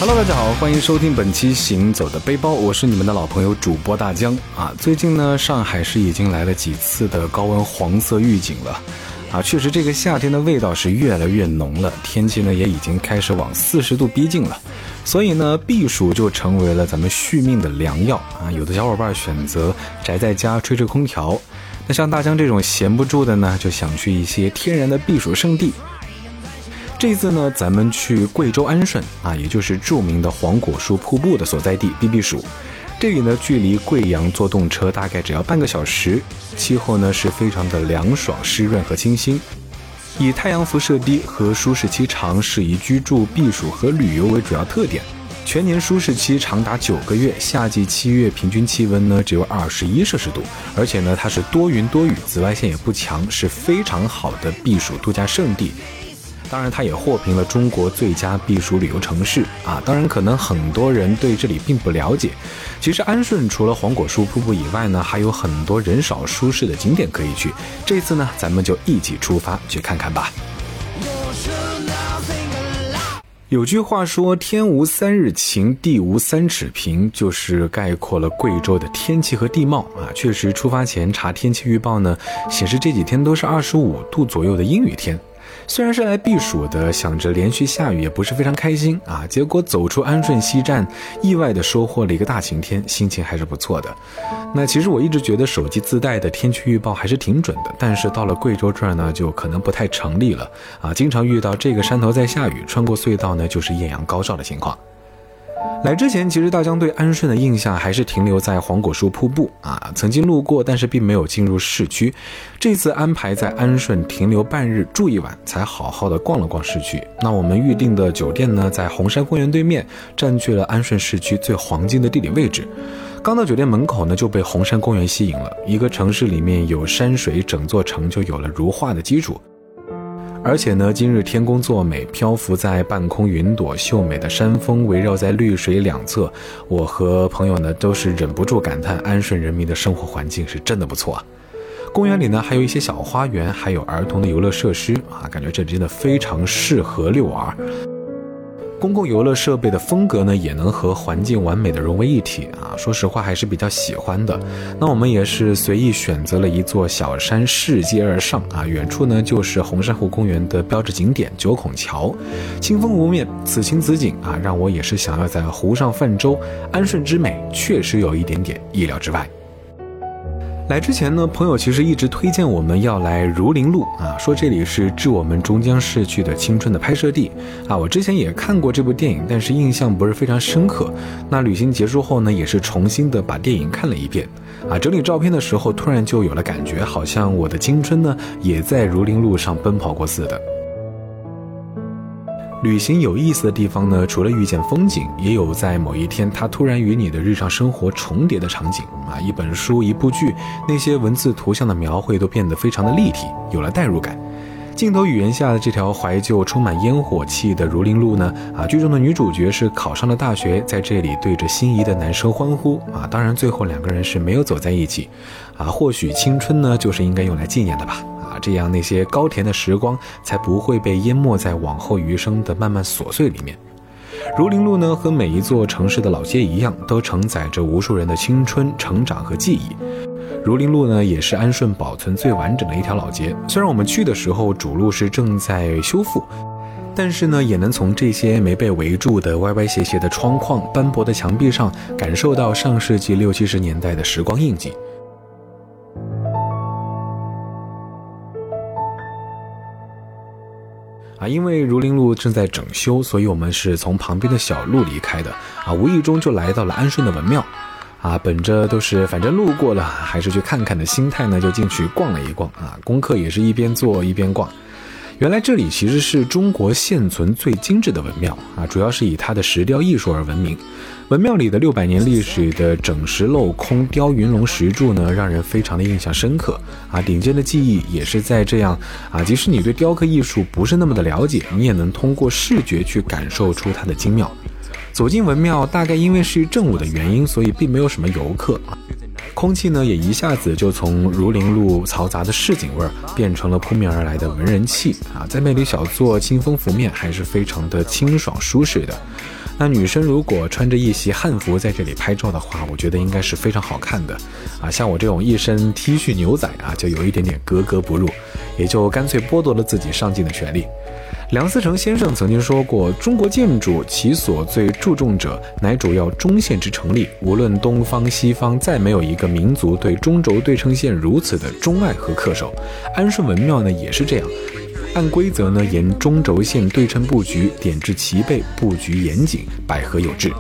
Hello， 大家好，欢迎收听本期行走的背包，我是你们的老朋友主播大江啊。最近呢，上海市已经来了几次的高温黄色预警了啊，确实这个夏天的味道是越来越浓了，天气呢也已经开始往40度逼近了，所以呢，避暑就成为了咱们续命的良药啊。有的小伙伴选择宅在家吹吹空调，那像大江这种闲不住的呢，就想去一些天然的避暑胜地。这次呢，咱们去贵州安顺啊，也就是著名的黄果树瀑布的所在地避暑。这里呢，距离贵阳坐动车大概只要半个小时，气候呢是非常的凉爽、湿润和清新，以太阳辐射低和舒适期长、适宜居住、避暑和旅游为主要特点。全年舒适期长达9个月，夏季7月平均气温呢只有21摄氏度，而且呢它是多云多雨，紫外线也不强，是非常好的避暑度假胜地。当然它也获评了中国最佳避暑旅游城市啊！当然可能很多人对这里并不了解，其实安顺除了黄果树瀑布以外呢，还有很多人少舒适的景点可以去。这次呢，咱们就一起出发去看看吧。有句话说，天无3日晴，地无3尺平，就是概括了贵州的天气和地貌啊。确实出发前查天气预报呢，显示这几天都是25度左右的阴雨天。虽然是来避暑的，想着连续下雨也不是非常开心啊，结果走出安顺西站，意外的收获了一个大晴天，心情还是不错的。那其实我一直觉得手机自带的天气预报还是挺准的，但是到了贵州这儿呢，就可能不太成立了啊，经常遇到这个山头在下雨，穿过隧道呢就是艳阳高照的情况。来之前，其实大江对安顺的印象还是停留在黄果树瀑布啊，曾经路过，但是并没有进入市区。这次安排在安顺停留半日，住一晚，才好好的逛了逛市区。那我们预定的酒店呢，在红山公园对面，占据了安顺市区最黄金的地理位置。刚到酒店门口呢，就被红山公园吸引了。一个城市里面有山水，整座城就有了如画的基础。而且呢，今日天公作美，漂浮在半空云朵，秀美的山峰围绕在绿水两侧，我和朋友呢都是忍不住感叹安顺人民的生活环境是真的不错啊。公园里呢还有一些小花园，还有儿童的游乐设施啊，感觉这里真的非常适合遛娃。公共游乐设备的风格呢，也能和环境完美的融为一体啊，说实话还是比较喜欢的。那我们也是随意选择了一座小山，拾阶而上啊，远处呢就是红山湖公园的标志景点九孔桥，清风拂面，此情此景啊，让我也是想要在湖上泛舟。安顺之美确实有一点点意料之外。来之前呢，朋友其实一直推荐我们要来儒林路啊，说这里是致我们终将逝去的青春的拍摄地啊。我之前也看过这部电影，但是印象不是非常深刻。那旅行结束后呢，也是重新的把电影看了一遍啊。整理照片的时候，突然就有了感觉，好像我的青春呢，也在儒林路上奔跑过似的。旅行有意思的地方呢，除了遇见风景，也有在某一天它突然与你的日常生活重叠的场景啊。一本书、一部剧，那些文字图像的描绘都变得非常的立体，有了代入感。镜头语言下的这条怀旧充满烟火气的儒林路呢，啊，剧中的女主角是考上了大学，在这里对着心仪的男生欢呼啊。当然最后两个人是没有走在一起啊。或许青春呢，就是应该用来纪念的吧。这样那些高甜的时光才不会被淹没在往后余生的漫漫琐碎里面。儒林路呢，和每一座城市的老街一样，都承载着无数人的青春、成长和记忆。儒林路呢，也是安顺保存最完整的一条老街。虽然我们去的时候主路是正在修复，但是呢，也能从这些没被围住的歪歪斜斜的窗框、斑驳的墙壁上，感受到上世纪60、70年代的时光印记。因为儒林路正在整修，所以我们是从旁边的小路离开的啊，无意中就来到了安顺的文庙啊，本着都是反正路过了还是去看看的心态呢，就进去逛了一逛啊，功课也是一边做一边逛。原来这里其实是中国现存最精致的文庙啊，主要是以它的石雕艺术而闻名。文庙里的600年历史的整石镂空雕云龙石柱呢，让人非常的印象深刻啊。顶尖的技艺也是在这样啊，即使你对雕刻艺术不是那么的了解，你也能通过视觉去感受出它的精妙。走进文庙，大概因为是正午的原因，所以并没有什么游客啊。 空气呢也一下子就从儒林路嘈杂的市井味变成了扑面而来的文人气啊，在魅力小作清风拂面还是非常的清爽舒适的。那女生如果穿着一袭汉服在这里拍照的话，我觉得应该是非常好看的啊。像我这种一身 T 恤牛仔啊，就有一点点格格不入，也就干脆剥夺了自己上镜的权利。梁思成先生曾经说过，中国建筑其所最注重者，乃主要中线之成立。无论东方西方，再没有一个民族对中轴对称线如此的钟爱和恪守。安顺文庙呢也是这样，按规则呢沿中轴线对称布局，点至齐备，布局严谨，百合有致。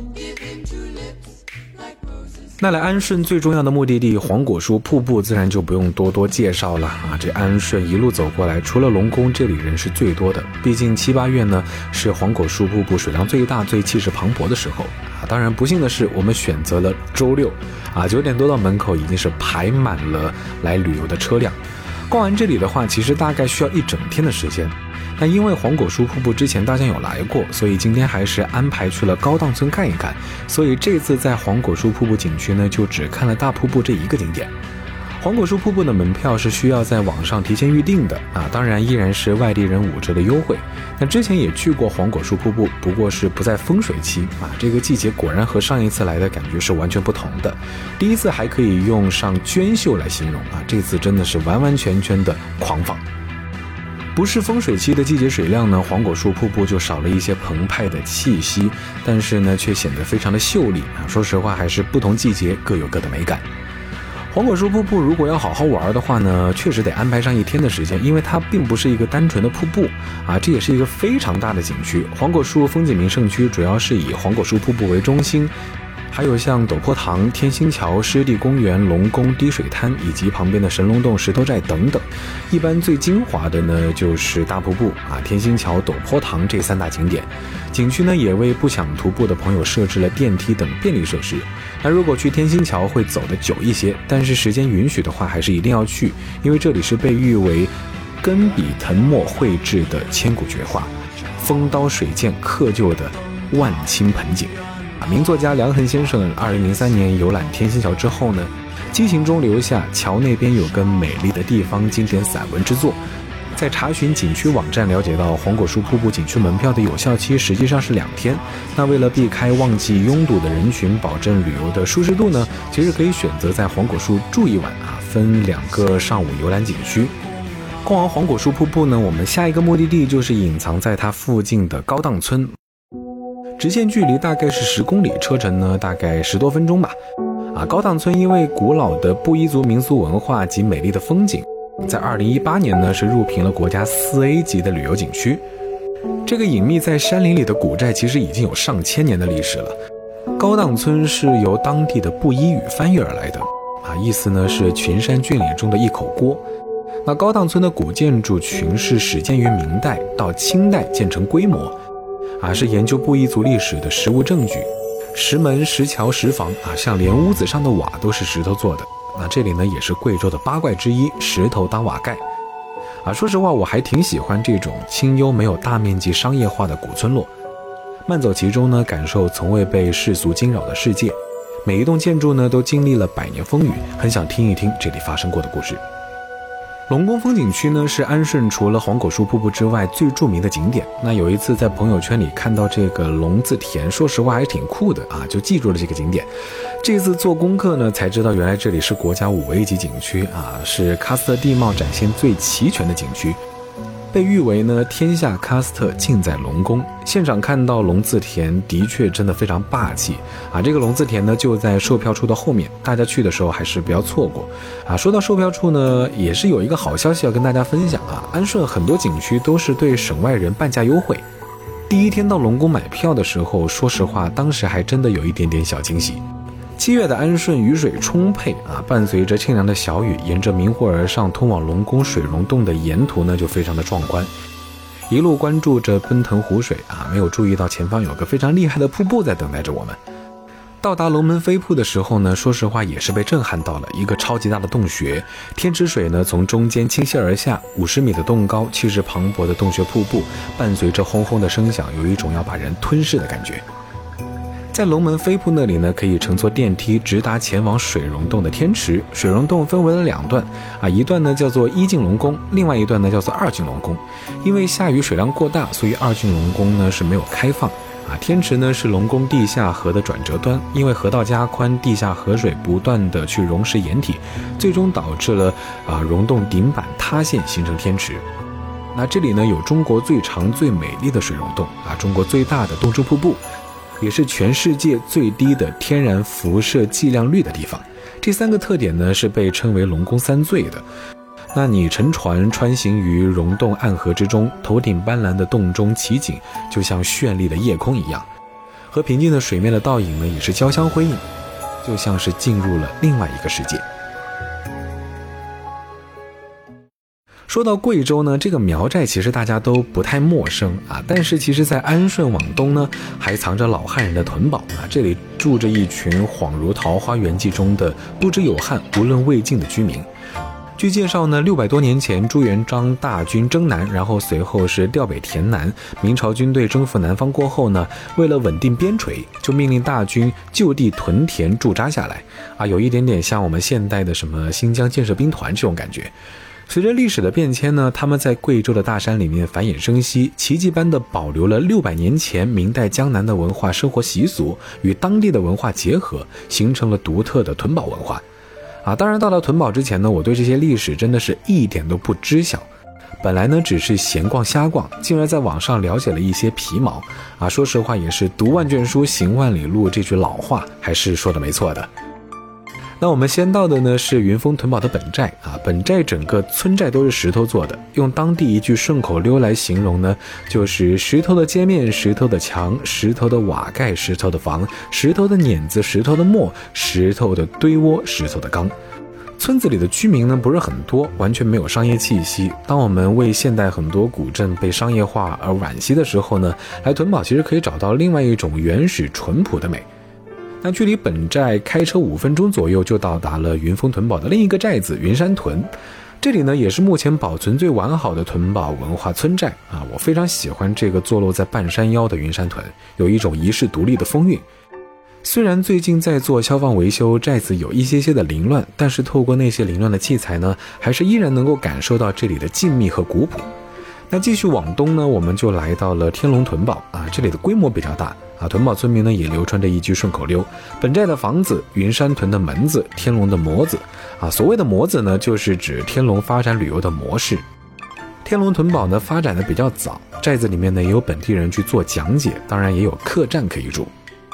那来安顺最重要的目的地黄果树瀑布自然就不用多多介绍了啊！这安顺一路走过来，除了龙宫，这里人是最多的。毕竟7、8月呢是黄果树瀑布水量最大、最气势磅礴的时候啊。当然不幸的是，我们选择了周六啊，9点多到门口已经是排满了来旅游的车辆。逛完这里的话，其实大概需要1整天的时间。但因为黄果树瀑布之前大家有来过，所以今天还是安排去了高荡村看一看。所以这次在黄果树瀑布景区呢，就只看了大瀑布这一个景点。黄果树瀑布的门票是需要在网上提前预定的啊，当然依然是外地人5折的优惠。那之前也去过黄果树瀑布，不过是不在风水期啊，这个季节果然和上一次来的感觉是完全不同的。第一次还可以用上娟秀来形容啊，这次真的是完完全全的狂放。不是风水期的季节水量呢，黄果树瀑布就少了一些澎湃的气息，但是呢却显得非常的秀丽啊。说实话，还是不同季节各有各的美感。黄果树瀑布如果要好好玩的话呢，确实得安排上1天的时间，因为它并不是一个单纯的瀑布啊，这也是一个非常大的景区。黄果树风景名胜区主要是以黄果树瀑布为中心，还有像陡坡塘、天星桥、湿地公园、龙宫、滴水滩以及旁边的神龙洞、石头寨等等。一般最精华的呢就是大瀑布啊、天星桥、陡坡塘这3大景点。景区呢也为不想徒步的朋友设置了电梯等便利设施。那如果去天星桥会走得久一些，但是时间允许的话还是一定要去，因为这里是被誉为根笔腾墨绘制的千古绝画，风刀水剑刻就的万顷盆景。名作家梁衡先生2003年游览天星桥之后呢，激情中留下桥那边有个美丽的地方经典散文之作。在查询景区网站了解到，黄果树瀑布景区门票的有效期实际上是2天。那为了避开旺季拥堵的人群，保证旅游的舒适度呢，其实可以选择在黄果树住1晚啊，分2个上午游览景区。逛完黄果树瀑布呢，我们下一个目的地就是隐藏在它附近的高荡村。直线距离大概是10公里，车程呢大概10多分钟吧。高荡村因为古老的布依族民俗文化及美丽的风景，在2018年呢是入评了国家4A 级的旅游景区。这个隐秘在山林里的古寨其实已经有上千年的历史了。高荡村是由当地的布依语翻译而来的意思呢是群山峻岭中的一口锅。那高荡村的古建筑群是始建于明代，到清代建成规模是研究布依族历史的实物证据。石门、石桥、石房像连屋子上的瓦都是石头做的。那这里呢也是贵州的8怪之一，石头当瓦盖说实话我还挺喜欢这种清幽没有大面积商业化的古村落，慢走其中呢，感受从未被世俗惊扰的世界。每一栋建筑呢都经历了100年风雨，很想听一听这里发生过的故事。龙宫风景区呢是安顺除了黄果树瀑布之外最著名的景点。那有一次在朋友圈里看到这个龙字田，说实话还挺酷的就记住了这个景点。这次做功课呢才知道，原来这里是国家5A 级景区是喀斯特地貌展现最齐全的景区，被誉为呢天下喀斯特尽在龙宫。现场看到龙字田的确真的非常霸气这个龙字田呢就在售票处的后面，大家去的时候还是不要错过说到售票处呢，也是有一个好消息要跟大家分享安顺很多景区都是对省外人半价优惠。第一天到龙宫买票的时候，说实话当时还真的有一点点小惊喜。7月的安顺雨水充沛伴随着清凉的小雨，沿着明湖而上通往龙宫水溶洞的沿途呢就非常的壮观。一路关注着奔腾湖水没有注意到前方有个非常厉害的瀑布在等待着我们。到达龙门飞瀑的时候呢，说实话也是被震撼到了，一个超级大的洞穴，天池水呢从中间倾泻而下，50米的洞高，气势磅礴的洞穴瀑布伴随着轰轰的声响，有一种要把人吞噬的感觉。 在龙门飞瀑那里呢，可以乘坐电梯直达前往水溶洞的天池。水溶洞分为了2段一段呢叫做1进龙宫，另外一段呢叫做2进龙宫。因为下雨水量过大，所以2进龙宫呢是没有开放天池呢是龙宫地下河的转折端，因为河道加宽，地下河水不断的去溶蚀岩体，最终导致了溶洞顶板塌陷，形成天池。那这里呢有中国最长最美丽的水溶洞中国最大的洞中瀑布，也是全世界最低的天然辐射剂量率的地方。这3个特点呢是被称为龙宫3最的。那你乘船穿行于溶洞暗河之中，头顶斑斓的洞中奇景就像绚丽的夜空一样，和平静的水面的倒影呢也是交相辉映，就像是进入了另外一个世界。说到贵州呢，这个苗寨其实大家都不太陌生但是其实在安顺往东呢，还藏着老汉人的屯堡这里住着一群恍如桃花源记中的不知有汉无论魏晋的居民。据介绍呢，600多年前朱元璋大军征南，然后随后是调北填南。明朝军队征服南方过后呢，为了稳定边陲，就命令大军就地屯田驻扎下来有一点点像我们现代的什么新疆建设兵团这种感觉。随着历史的变迁呢，他们在贵州的大山里面繁衍生息，奇迹般的保留了600年前明代江南的文化生活习俗，与当地的文化结合，形成了独特的屯堡文化当然到了屯堡之前呢，我对这些历史真的是一点都不知晓。本来呢只是闲逛瞎逛，竟然在网上了解了一些皮毛说实话也是读万卷书行万里路，这句老话还是说的没错的。那我们先到的呢是云峰屯堡的本寨本寨整个村寨都是石头做的，用当地一句顺口溜来形容呢，就是石头的街面，石头的墙，石头的瓦盖，石头的房，石头的碾子，石头的磨，石头的堆窝，石头的缸。村子里的居民呢不是很多，完全没有商业气息。当我们为现代很多古镇被商业化而惋惜的时候呢，来屯堡其实可以找到另外一种原始淳朴的美。那距离本寨开车5分钟左右就到达了云峰屯堡的另一个寨子云山屯。这里呢也是目前保存最完好的屯堡文化村寨我非常喜欢这个坐落在半山腰的云山屯，有一种遗世独立的风韵。虽然最近在做消防维修，寨子有一些的凌乱，但是透过那些凌乱的器材呢，还是依然能够感受到这里的静谧和古朴。那继续往东呢，我们就来到了天龙屯堡这里的规模比较大屯堡村民呢也流传着一句顺口溜：本寨的房子，云山屯的门子，天龙的模子所谓的模子呢，就是指天龙发展旅游的模式。天龙屯堡呢发展的比较早，寨子里面呢也有本地人去做讲解，当然也有客栈可以住。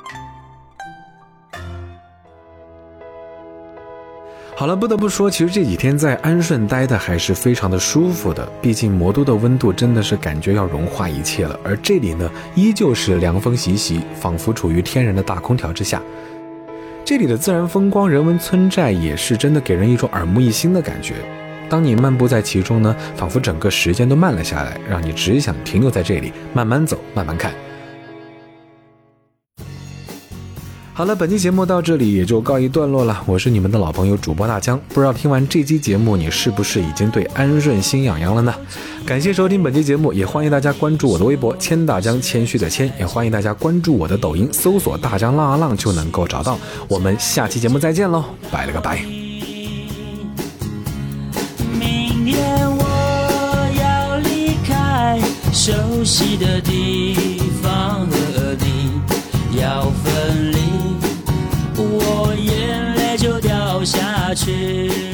好了，不得不说，其实这几天在安顺待的还是非常的舒服的，毕竟魔都的温度真的是感觉要融化一切了，而这里呢依旧是凉风习习，仿佛处于天然的大空调之下。这里的自然风光，人文村寨也是真的给人一种耳目一新的感觉。当你漫步在其中呢，仿佛整个时间都慢了下来，让你只想停留在这里，慢慢走，慢慢看。好了，本期节目到这里也就告一段落了。我是你们的老朋友主播大江，不知道听完这期节目你是不是已经对安顺心痒痒了呢？感谢收听本期节目，也欢迎大家关注我的微博谦大江，谦虚的谦，也欢迎大家关注我的抖音，搜索大江浪啊浪就能够找到。我们下期节目再见喽，拜了个拜。 明天我要离开熟悉的地方，和你要分离，我眼泪就掉下去。